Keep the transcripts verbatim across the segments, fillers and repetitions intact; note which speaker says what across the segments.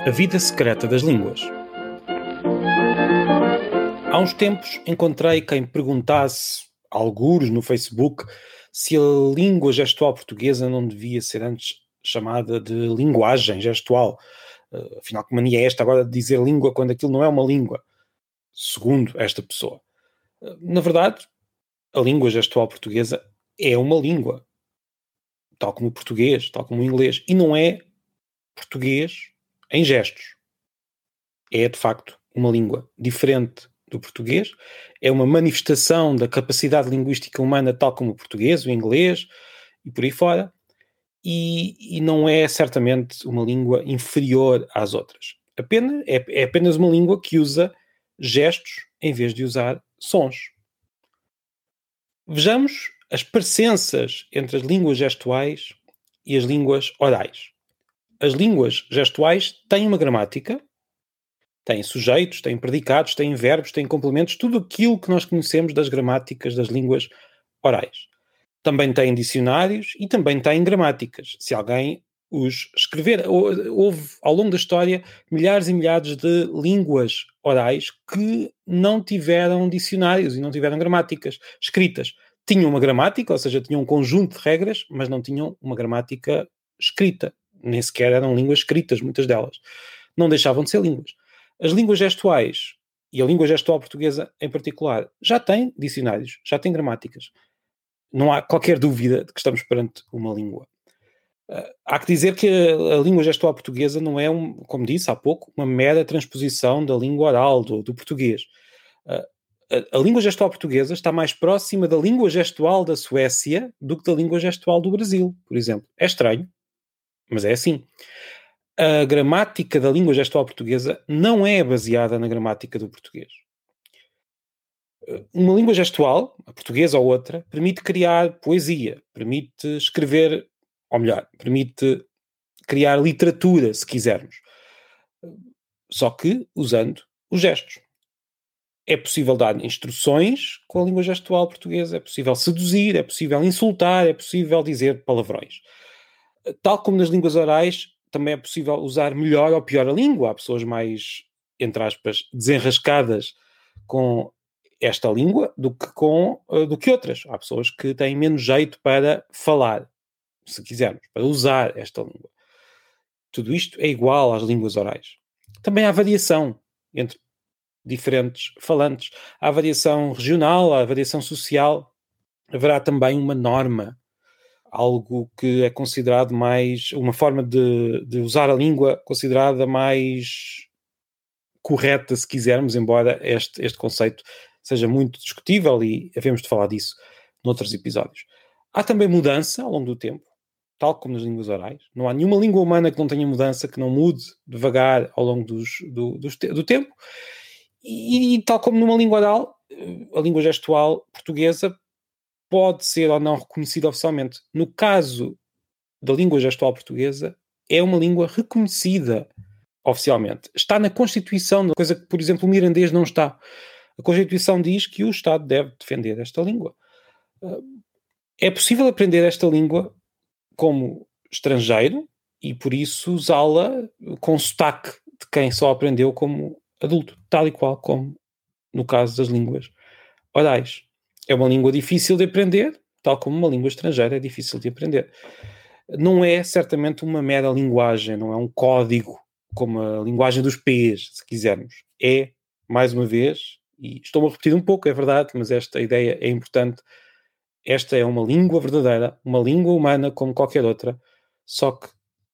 Speaker 1: A vida secreta das línguas. Há uns tempos encontrei quem perguntasse, algures no Facebook, se a língua gestual portuguesa não devia ser antes chamada de linguagem gestual. Uh, afinal, que mania é esta agora de dizer língua quando aquilo não é uma língua? Segundo esta pessoa. Uh, na verdade, a língua gestual portuguesa é uma língua. Tal como o português, tal como o inglês. E não é português em gestos. É, de facto, uma língua diferente do português. É uma manifestação da capacidade linguística humana tal como o português, o inglês e por aí fora. E, e não é, certamente, uma língua inferior às outras. Apenas, é, é apenas uma língua que usa gestos em vez de usar sons. Vejamos as parecenças entre as línguas gestuais e as línguas orais. As línguas gestuais têm uma gramática, têm sujeitos, têm predicados, têm verbos, têm complementos, tudo aquilo que nós conhecemos das gramáticas das línguas orais. Também têm dicionários e também têm gramáticas, se alguém os escrever. Houve, ao longo da história, milhares e milhares de línguas orais que não tiveram dicionários e não tiveram gramáticas escritas. Tinham uma gramática, ou seja, tinham um conjunto de regras, mas não tinham uma gramática escrita. Nem sequer eram línguas escritas, muitas delas. Não deixavam de ser línguas. As línguas gestuais, e a língua gestual portuguesa em particular, já têm dicionários, já têm gramáticas. Não há qualquer dúvida de que estamos perante uma língua. Uh, há que dizer que a, a língua gestual portuguesa não é, um, como disse há pouco, uma mera transposição da língua oral, do, do português. Uh, a, a língua gestual portuguesa está mais próxima da língua gestual da Suécia do que da língua gestual do Brasil, por exemplo. É estranho, mas é assim. A gramática da língua gestual portuguesa não é baseada na gramática do português. Uma língua gestual, a portuguesa ou outra, permite criar poesia, permite escrever, ou melhor, permite criar literatura, se quisermos. Só que usando os gestos. É possível dar instruções com a língua gestual portuguesa, é possível seduzir, é possível insultar, é possível dizer palavrões. Tal como nas línguas orais, também é possível usar melhor ou pior a língua. Há pessoas mais, entre aspas, desenrascadas com esta língua do que, com, do que outras. Há pessoas que têm menos jeito para falar, se quisermos, para usar esta língua. Tudo isto é igual às línguas orais. Também há variação entre diferentes falantes. Há variação regional, há variação social. Haverá também uma norma, algo que é considerado mais, uma forma de, de usar a língua considerada mais correta, se quisermos, embora este, este conceito seja muito discutível e havemos de falar disso noutros episódios. Há também mudança ao longo do tempo, tal como nas línguas orais. Não há nenhuma língua humana que não tenha mudança, que não mude devagar ao longo dos, do, dos, do tempo. E, e tal como numa língua oral, a língua gestual portuguesa pode ser ou não reconhecida oficialmente. No caso da língua gestual portuguesa, é uma língua reconhecida oficialmente. Está na Constituição, coisa que, por exemplo, o mirandês não está. A Constituição diz que o Estado deve defender esta língua. É possível aprender esta língua como estrangeiro e, por isso, usá-la com sotaque de quem só aprendeu como adulto, tal e qual como no caso das línguas orais. É uma língua difícil de aprender, tal como uma língua estrangeira é difícil de aprender. Não é certamente uma mera linguagem, não é um código como a linguagem dos P's, se quisermos. É, mais uma vez, e estou-me a repetir um pouco, é verdade, mas esta ideia é importante. Esta é uma língua verdadeira, uma língua humana como qualquer outra, só que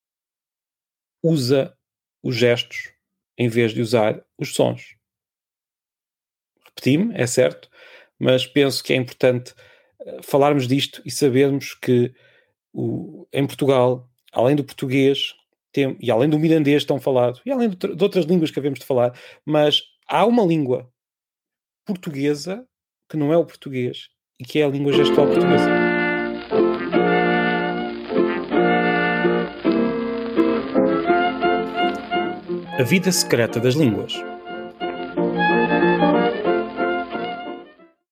Speaker 1: usa os gestos em vez de usar os sons. Repeti-me, é certo, mas penso que é importante falarmos disto e sabermos que o, em Portugal, além do português, tem, e além do mirandês tão falado, e além de, de outras línguas que havemos de falar, mas há uma língua portuguesa que não é o português e que é a língua gestual portuguesa. A vida secreta das línguas.